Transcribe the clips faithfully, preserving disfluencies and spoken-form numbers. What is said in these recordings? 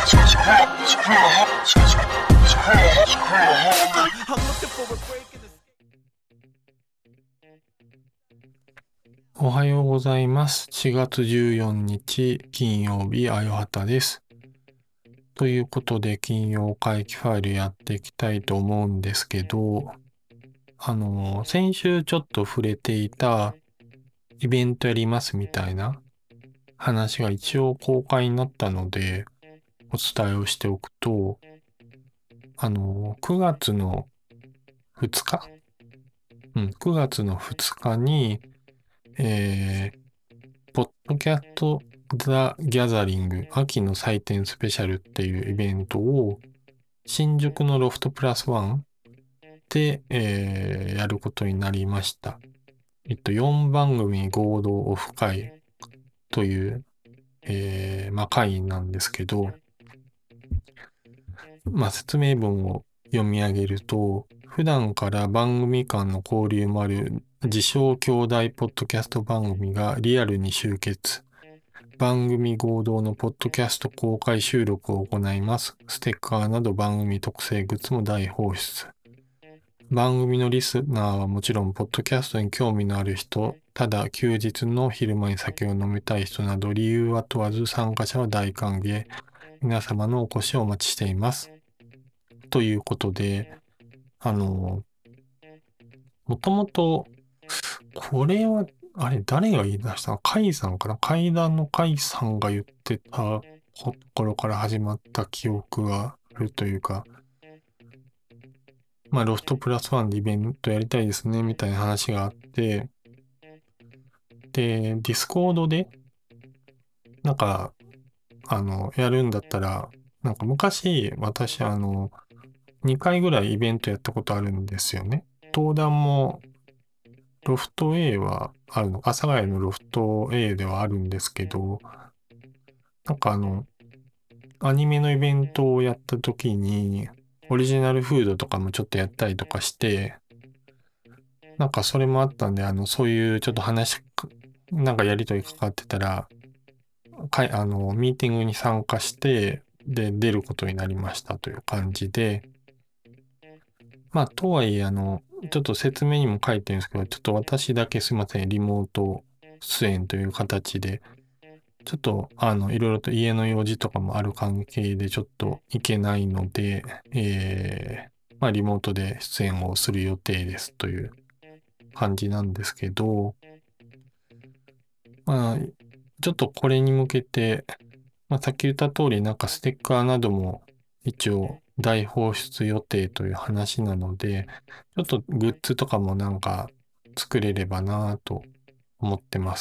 おはようございます。しがつじゅうよっか金曜日、あよはたです。ということで、金曜回帰ファイルやっていきたいと思うんですけど、あの、先週ちょっと触れていたイベントやりますみたいな話が一応公開になったので、お伝えをしておくと、あの、くがつのふつか、うん、くがつのふつかに、えー、ポッドキャストザ・ギャザリング秋の祭典スペシャルっていうイベントを新宿のロフトプラスワンで、えーやることになりました。えっと、よんばんぐみ合同オフ会という、えーまあ、会員なんですけど、まあ、説明文を読み上げると、普段から番組間の交流もある自称兄弟ポッドキャスト番組がリアルに集結。番組合同のポッドキャスト公開収録を行います。ステッカーなど番組特製グッズも大放出。番組のリスナーはもちろん、ポッドキャストに興味のある人、ただ休日の昼間に酒を飲みたい人など理由は問わず参加者は大歓迎。皆様のお越しをお待ちしています。ということで、あの、もともと、これは、あれ、誰が言い出したの？カイさんかな？階段のカイさんが言ってたところから始まった記憶があるというか、まあ、ロフトプラスワンでイベントやりたいですね、みたいな話があって、で、ディスコードで、なんか、あの、やるんだったら、なんか昔、私、あの、にかいぐらいイベントやったことあるんですよね。登壇も、ロフト A はあるの、阿佐ヶ谷のロフト A ではあるんですけど、なんかあの、アニメのイベントをやった時に、オリジナルフードとかもちょっとやったりとかして、なんかそれもあったんで、あの、そういうちょっと話、なんかやりとりかかってたら、かい、あの、ミーティングに参加して、で、出ることになりましたという感じで、まあ、とはいえ、あの、ちょっと説明にも書いてるんですけど、ちょっと私だけすいません、リモート出演という形で、ちょっと、あの、いろいろと家の用事とかもある関係で、ちょっと行けないので、えー、まあ、リモートで出演をする予定ですという感じなんですけど、まあ、ちょっとこれに向けて、まあ、さっき言った通り、なんかステッカーなども一応大放出予定という話なので、ちょっとグッズとかもなんか作れればなと思ってます。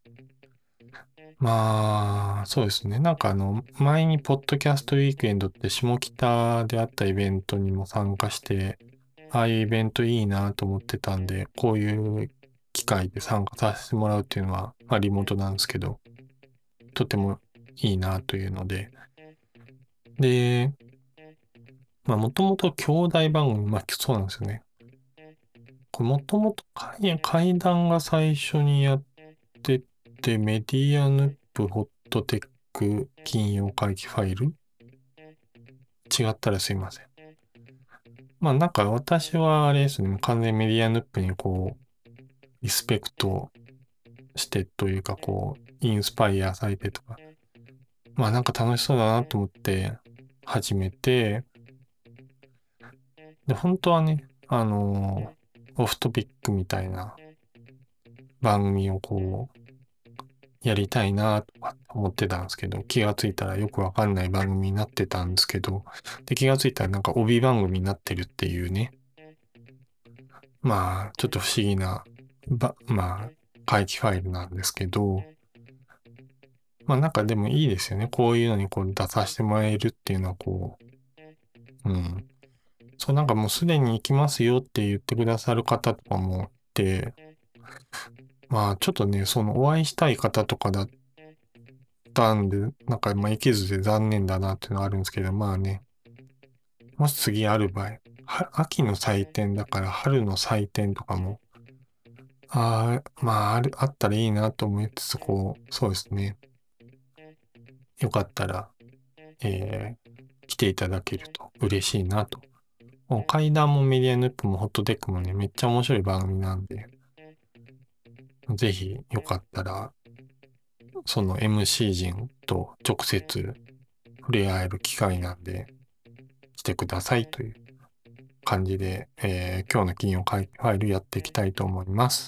まあ、そうですね。なんかあの、前にポッドキャストウィークエンドって下北であったイベントにも参加して、ああいうイベントいいなと思ってたんで、こういう機会で参加させてもらうっていうのは、まあリモートなんですけど、とてもいいなというので、で、まあもともと兄弟番組、まあそうなんですよね。これもともと怪談が最初にやってて、メディアヌップ、ホットテック、金曜回帰ファイル違ったらすいません。まあなんか私はあれですね、完全にメディアヌップにこう、リスペクトしてというかこう、インスパイアされてとか、まあなんか楽しそうだなと思って始めて、で、本当はね、あのーオフトピックみたいな番組をこう、やりたいなとか思ってたんですけど、気がついたらよくわかんない番組になってたんですけど、で、気がついたらなんか帯番組になってるっていうね、まあ、ちょっと不思議な、ば、まあ、回帰ファイルなんですけど、まあなんかでもいいですよね。こういうのにこう出させてもらえるっていうのはこう、うん。そうなんかもうすでに行きますよって言ってくださる方とかもいて、まあちょっとね、そのお会いしたい方とかだったんで、なんかまあ行けずで残念だなっていうのはあるんですけど、まあね、もし次ある場合、は秋の祭典だから春の祭典とかも、ああ、まあある、あったらいいなと思いつつ、こう、そうですね。よかったらえー、来ていただけると嬉しいなと。もう怪談もメディアヌップもホットテックもね、めっちゃ面白い番組なんで、ぜひよかったら、その エムシー 陣と直接触れ合える機会なんで、来てくださいという感じで、えー今日の金曜会ファイルやっていきたいと思います。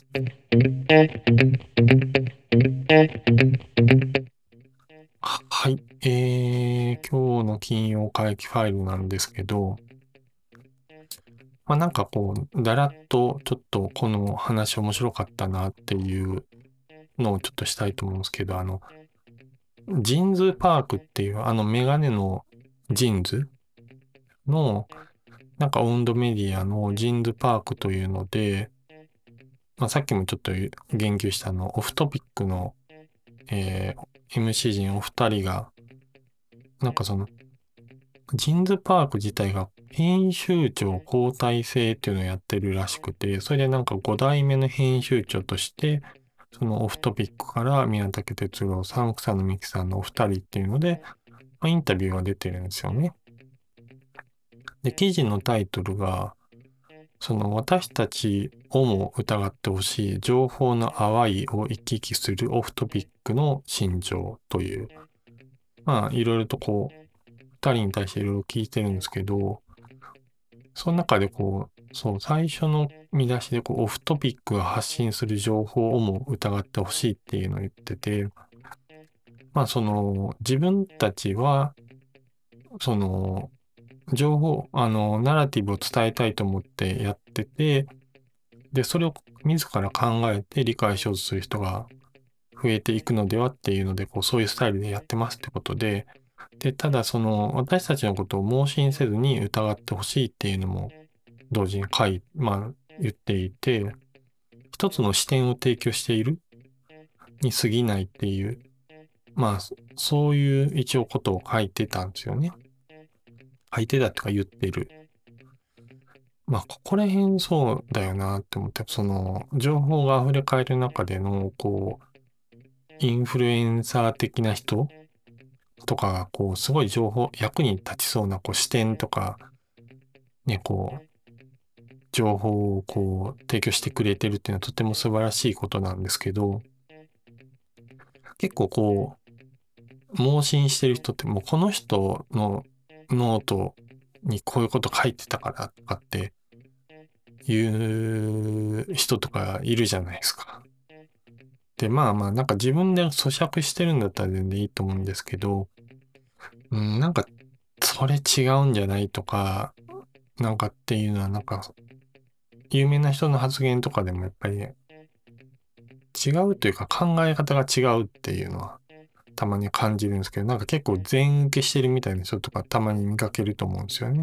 はい。えー、今日の金曜会期ファイルなんですけど、まあなんかこう、だらっとちょっとこの話面白かったなっていうのをちょっとしたいと思うんですけど、あの、ジンズパークっていうあのメガネのジンズの、なんかオウンドメディアのジンズパークというので、まあさっきもちょっと言及したあの、オフトピックの、えー エムシー 陣お二人が、なんかその、ジンズパーク自体が編集長交代制っていうのをやってるらしくて、それでなんかご代目の編集長として、そのオフトピックから宮武哲郎さん、草野美樹さんのお二人っていうので、まあ、インタビューが出てるんですよね。で、記事のタイトルが、その私たちをも疑ってほしい情報の淡いを行き来するオフトピックの心情という、まあいろいろとこう、二人に対していろいろ聞いてるんですけど、その中でこう、そう、最初の見出しでこう、オフトピックが発信する情報をも疑ってほしいっていうのを言ってて、まあその、自分たちは、その、情報、あの、ナラティブを伝えたいと思ってやってて、で、それを自ら考えて理解しようとする人が増えていくのではっていうので、こう、そういうスタイルでやってますってことで、で、ただその、私たちのことを盲信せずに疑ってほしいっていうのも同時に書い、まあ、言っていて、一つの視点を提供しているに過ぎないっていう、まあ、そういう一応ことを書いてたんですよね。書いてたってか言ってる。まあ、ここら辺そうだよなって思って、その、情報が溢れ返る中での、こう、インフルエンサー的な人とかが、こう、すごい情報、役に立ちそうな、こう、視点とか、ね、こう、情報をこう、提供してくれてるっていうのはとても素晴らしいことなんですけど、結構こう、盲信してる人ってもうこの人のノートにこういうこと書いてたからとかっていう人とかいるじゃないですか。で、まあまあなんか自分で咀嚼してるんだったら全然いいと思うんですけど、うん、なんかそれ違うんじゃないとか、なんかっていうのはなんか有名な人の発言とかでもやっぱり違うというか考え方が違うっていうのはたまに感じるんですけど、なんか結構全受けしてるみたいな人とかたまに見かけると思うんですよね。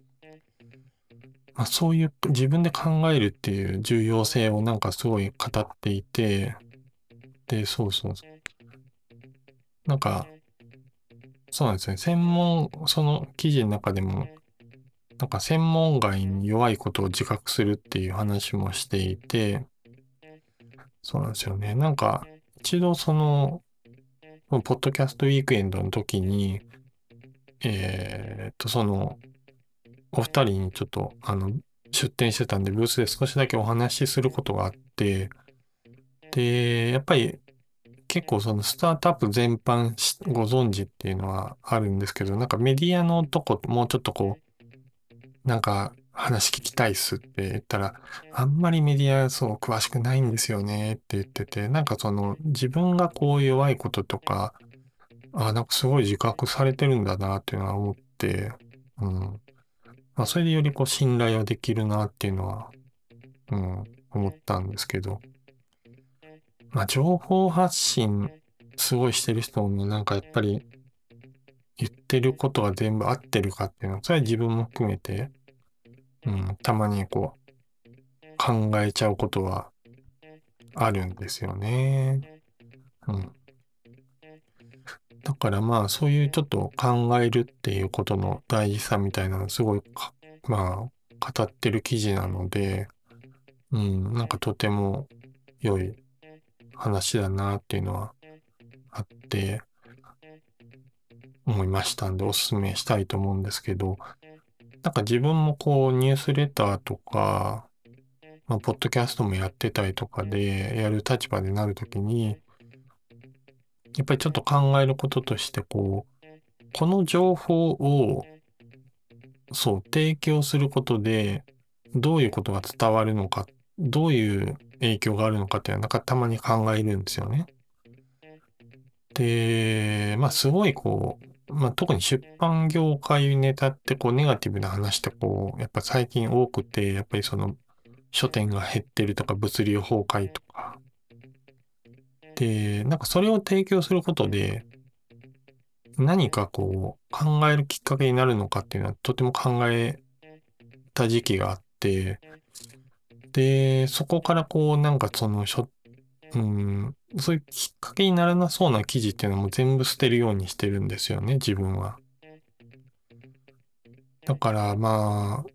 まあ、そういう自分で考えるっていう重要性をなんかすごい語っていて、で、そうそうそう。なんか、そうなんですね。専門、その記事の中でも、なんか専門外に弱いことを自覚するっていう話もしていて、そうなんですよね。なんか、一度その、ポッドキャストウィークエンドの時に、えーっと、その、お二人にちょっと、あの、出展してたんで、ブースで少しだけお話しすることがあって、で、やっぱり結構そのスタートアップ全般しご存知っていうのはあるんですけど、なんかメディアのとこ、もうちょっとこう、なんか話聞きたいっすって言ったら、あんまりメディアそう詳しくないんですよねって言ってて、なんかその自分がこう弱いこととか、あ、なんかすごい自覚されてるんだなっていうのは思って、うん。まあ、それでよりこう信頼はできるなっていうのは、うん、思ったんですけど、まあ、情報発信すごいしてる人もなんかやっぱり言ってることが全部合ってるかっていうのは、それは自分も含めて、うん、たまにこう考えちゃうことはあるんですよね。うん。だからまあそういうちょっと考えるっていうことの大事さみたいなのすごいか、まあ語ってる記事なので、うん、なんかとても良い話だなっていうのはあって、う思いましたんで、おすすめしたいと思うんですけど、なんか自分もこう、ニュースレターとか、まあ、ポッドキャストもやってたりとかで、やる立場になるときに、やっぱりちょっと考えることとして、こう、この情報を、そう、提供することで、どういうことが伝わるのか、どういう影響があるのかっていうのは、なんかたまに考えるんですよね。で、まあ、すごいこう、まあ、特に出版業界ネタってこう、ネガティブな話ってこう、やっぱ最近多くて、やっぱりその、書店が減ってるとか、物流崩壊とか。で、なんかそれを提供することで、何かこう、考えるきっかけになるのかっていうのは、とても考えた時期があって、で、そこからこう、なんかその書、うん、そういうきっかけにならなそうな記事っていうのも全部捨てるようにしてるんですよね、自分は。だからまあ、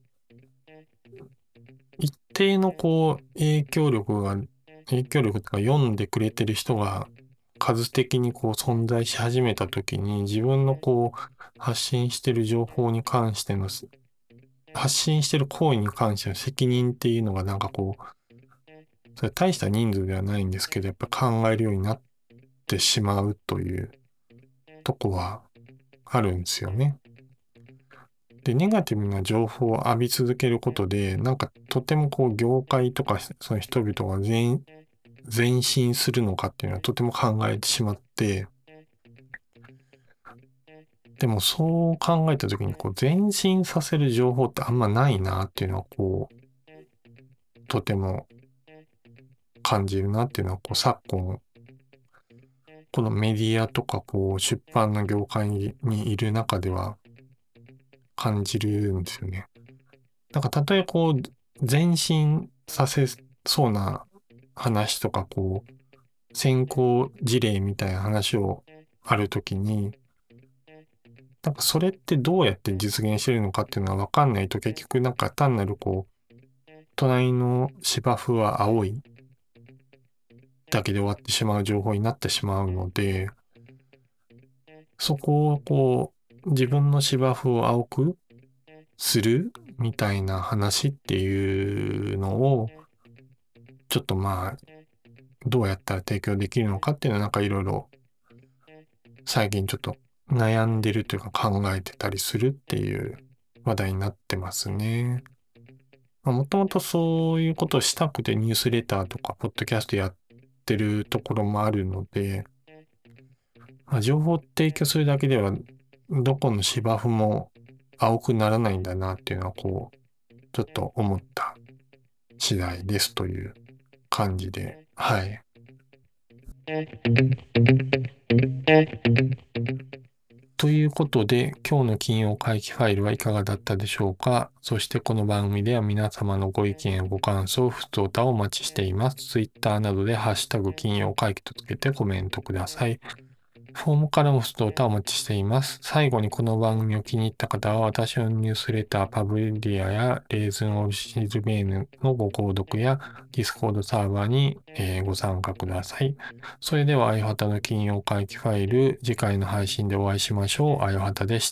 一定のこう、影響力が、影響力とか読んでくれてる人が数的にこう存在し始めたときに、自分のこう、発信してる情報に関しての、発信してる行為に関しての責任っていうのがなんかこう、それ大した人数ではないんですけど、やっぱ考えるようになってしまうというとこはあるんですよね。で、ネガティブな情報を浴び続けることで、なんかとてもこう業界とかその人々が前前進するのかっていうのはとても考えてしまって、でもそう考えたときにこう前進させる情報ってあんまないなっていうのはこう、とても感じるなっていうのはこう昨今、このメディアとかこう出版の業界にいる中では感じるんですよね。なんかたとえこう前進させそうな話とかこう先行事例みたいな話をあるときに、なんかそれってどうやって実現してるのかっていうのはわかんないと結局なんか単なるこう隣の芝生は青いだけで終わってしまう情報になってしまうので、そこをこう自分の芝生を青くするみたいな話っていうのをちょっとまあどうやったら提供できるのかっていうのはなんかいろいろ最近ちょっと悩んでるというか考えてたりするっていう話題になってますね。もともとそういうことをしたくてニュースレターとかポッドキャストやってるところもあるので、まあ、情報を提供するだけではどこの芝生も青くならないんだなっていうのはこう、ちょっと思った次第ですという感じで、はい。ということで、今日の金曜会期ファイルはいかがだったでしょうか。そしてこの番組では皆様のご意見やご感想、ふつおたをお待ちしています。ツイッターなどでハッシュタグ金曜会期とつけてコメントください。フォームからもふつおたお待ちしています。最後にこの番組を気に入った方は、私のニュースレター、パブリディアやレーズンオルシズメーヌのご購読や、ディスコードサーバーに、えーご参加ください。それでは、あよはたの金曜会期ファイル、次回の配信でお会いしましょう。あよはたでした。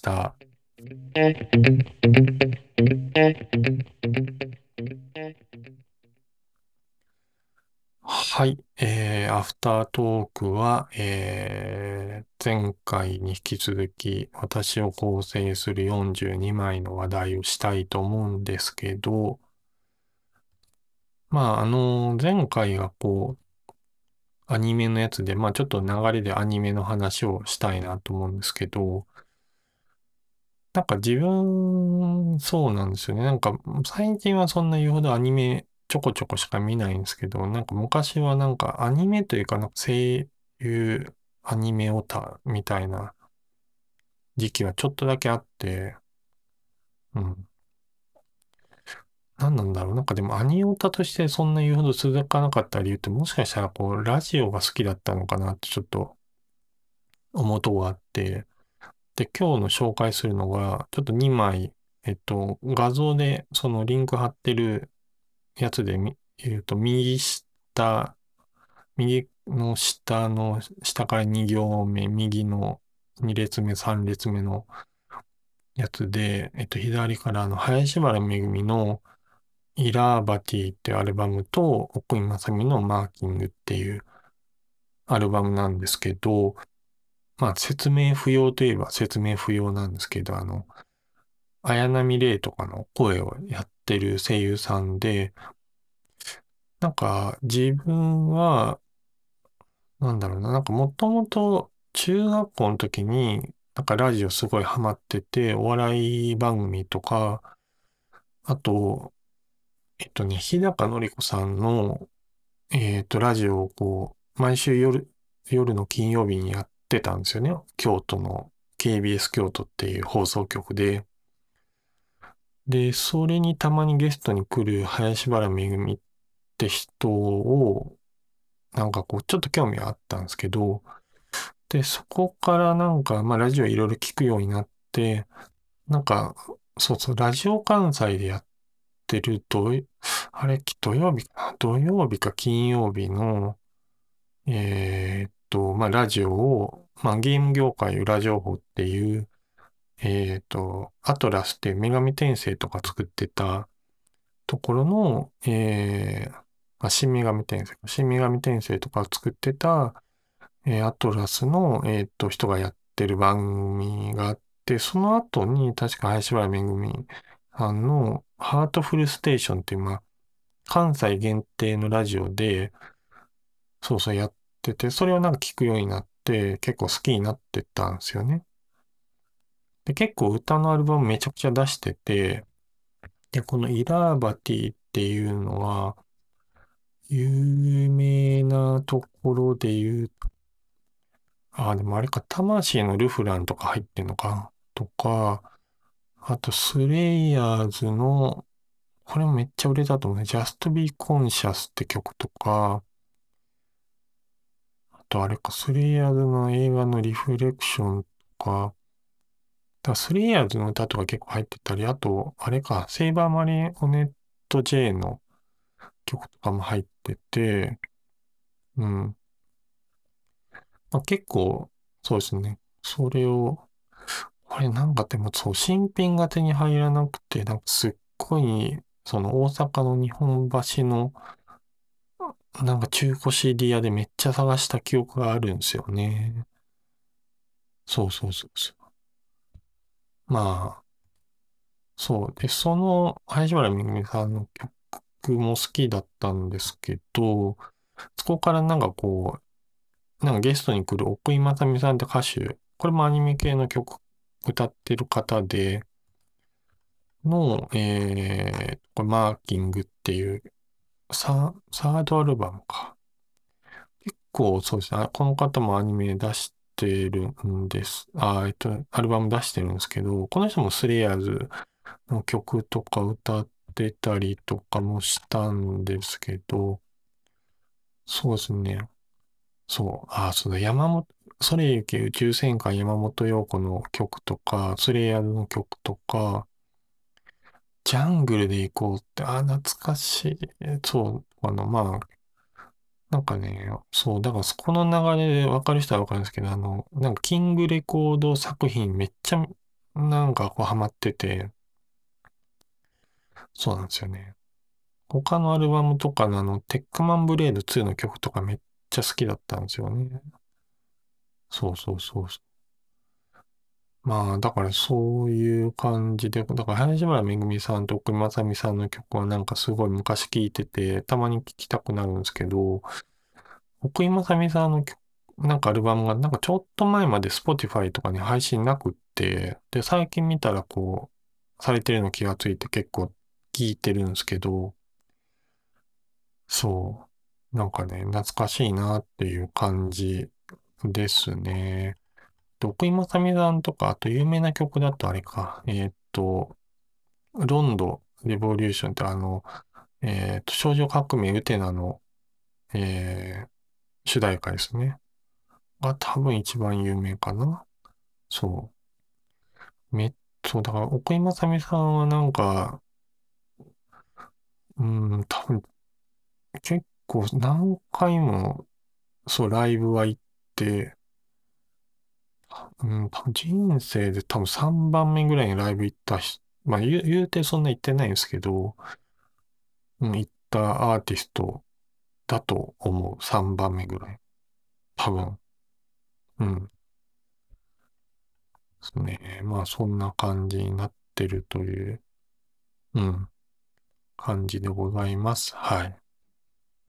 はい。えー、アフタートークは、えー、前回に引き続き、私を構成するよんじゅうにまいの話題をしたいと思うんですけど、まあ、あの、前回がこう、アニメのやつで、まあ、ちょっと流れでアニメの話をしたいなと思うんですけど、なんか自分、そうなんですよね。なんか、最近はそんな言うほどアニメちょこちょこしか見ないんですけど、なんか昔はなんかアニメというか、なんか声優アニメオタみたいな時期はちょっとだけあって、うん。何なんだろう。なんかでもアニオタとしてそんな言うほど続かなかった理由って、もしかしたらこう、ラジオが好きだったのかなってちょっと思うとこがあって、で、今日の紹介するのが、ちょっとにまい、えっと、画像でそのリンク貼ってるやつで見ると、右下、右の下の、下からに行目、右のに列目、さん列目のやつで、えっと、左からあの、林原めぐみのイラーバティっていうアルバムと、奥井正美のマーキングっていうアルバムなんですけど、まあ、説明不要といえば説明不要なんですけど、あの、綾波レイとかの声をやってる声優さんで、なんか自分は、なんだろうな、なんかもともと中学校の時に、なんかラジオすごいハマってて、お笑い番組とか、あと、えっとね、日高のり子さんの、えっと、ラジオをこう、毎週夜、夜の金曜日にやってたんですよね。京都の ケービーエス 京都っていう放送局で。で、それにたまにゲストに来る林原めぐみって人を、なんかこう、ちょっと興味があったんですけど、で、そこからなんか、まあ、ラジオいろいろ聞くようになって、なんか、そうそう、ラジオ関西でやってると、あれ、土曜日かな、土曜日か金曜日の、えーっと、まあ、ラジオを、まあ、ゲーム業界裏情報っていう、えーっと、アトラスっていう女神転生とか作ってたところの、えー、あ、新女神転生、新女神転生とかを作ってた、えーアトラスの、えーっと、人がやってる番組があって、その後に、確か林原めぐみさんのハートフルステーションっていう、まあ、関西限定のラジオで、そうそうやってて、それをなんか聞くようになって、結構好きになってったんですよね。で、結構歌のアルバムめちゃくちゃ出してて、で、このイラーバティっていうのは、有名なところで言う、ああ、でもあれか、魂のルフランとか入ってんのか、とか、あと、スレイヤーズの、これもめっちゃ売れたと思うね。Just Be Conscious って曲とか、あとあれか、スレイヤーズの映画のリフレクションとか、だからスレイヤーズの歌とか結構入ってたり、あと、あれか、セイバーマリオネット J の曲とかも入ってて、うん。まあ、結構、そうですね。それを、これなんかでもそう、新品が手に入らなくて、なんかすっごい、その大阪の日本橋の、なんか中古 シーディー 屋でめっちゃ探した記憶があるんですよね。そうそうそうそう。まあ、そう。で、その、林原めぐみさんの曲も好きだったんですけど、そこからなんかこう、なんかゲストに来る奥井正美さんって歌手、これもアニメ系の曲歌ってる方で、の、えー、これマーキングっていうサ、サードアルバムか。結構そうですね。あこの方もアニメ出してるんです。あ、えっと、アルバム出してるんですけど、この人もスレイヤーズの曲とか歌ってたりとかもしたんですけど、そうですね。そう。あ、そうだ。山本、それゆけ宇宙戦艦山本陽子の曲とか、スレイヤーズの曲とか、ジャングルで行こうって、あ、懐かしい。そう、あの、まあ、なんかね、そう、だからそこの流れで分かる人は分かるんですけど、あの、なんかキングレコード作品めっちゃ、なんかこうハマってて、そうなんですよね。他のアルバムとかのあの、テックマンブレードツーの曲とかめっちゃ好きだったんですよね。そうそうそうそう。まあ、だからそういう感じで、だから林原めぐみさんと奥井正美さんの曲はなんかすごい昔聴いてて、たまに聴きたくなるんですけど、奥井正美さんの曲なんかアルバムがなんかちょっと前まで Spotify とかに配信なくって、で、最近見たらこう、されてるの気がついて結構聴いてるんですけど、そう。なんかね、懐かしいなっていう感じですね。徳井正美さんとか、あと有名な曲だとあれか、えーっと、ロンドレボリューションってあの、えーっと、少女革命ウテナの、えー主題歌ですね。が多分一番有名かな。そう。め、そう、だから奥井正美さんはなんか、うん、多分結構何回も、そう、ライブは行って、 うん、多分人生で多分さんばんめぐらいにライブ行ったし、まあ言う、言うてそんな行ってないんですけど、うん、行ったアーティストだと思う。さんばんめぐらい。多分。うん。ですね。まあそんな感じになってるという、うん、感じでございます。はい。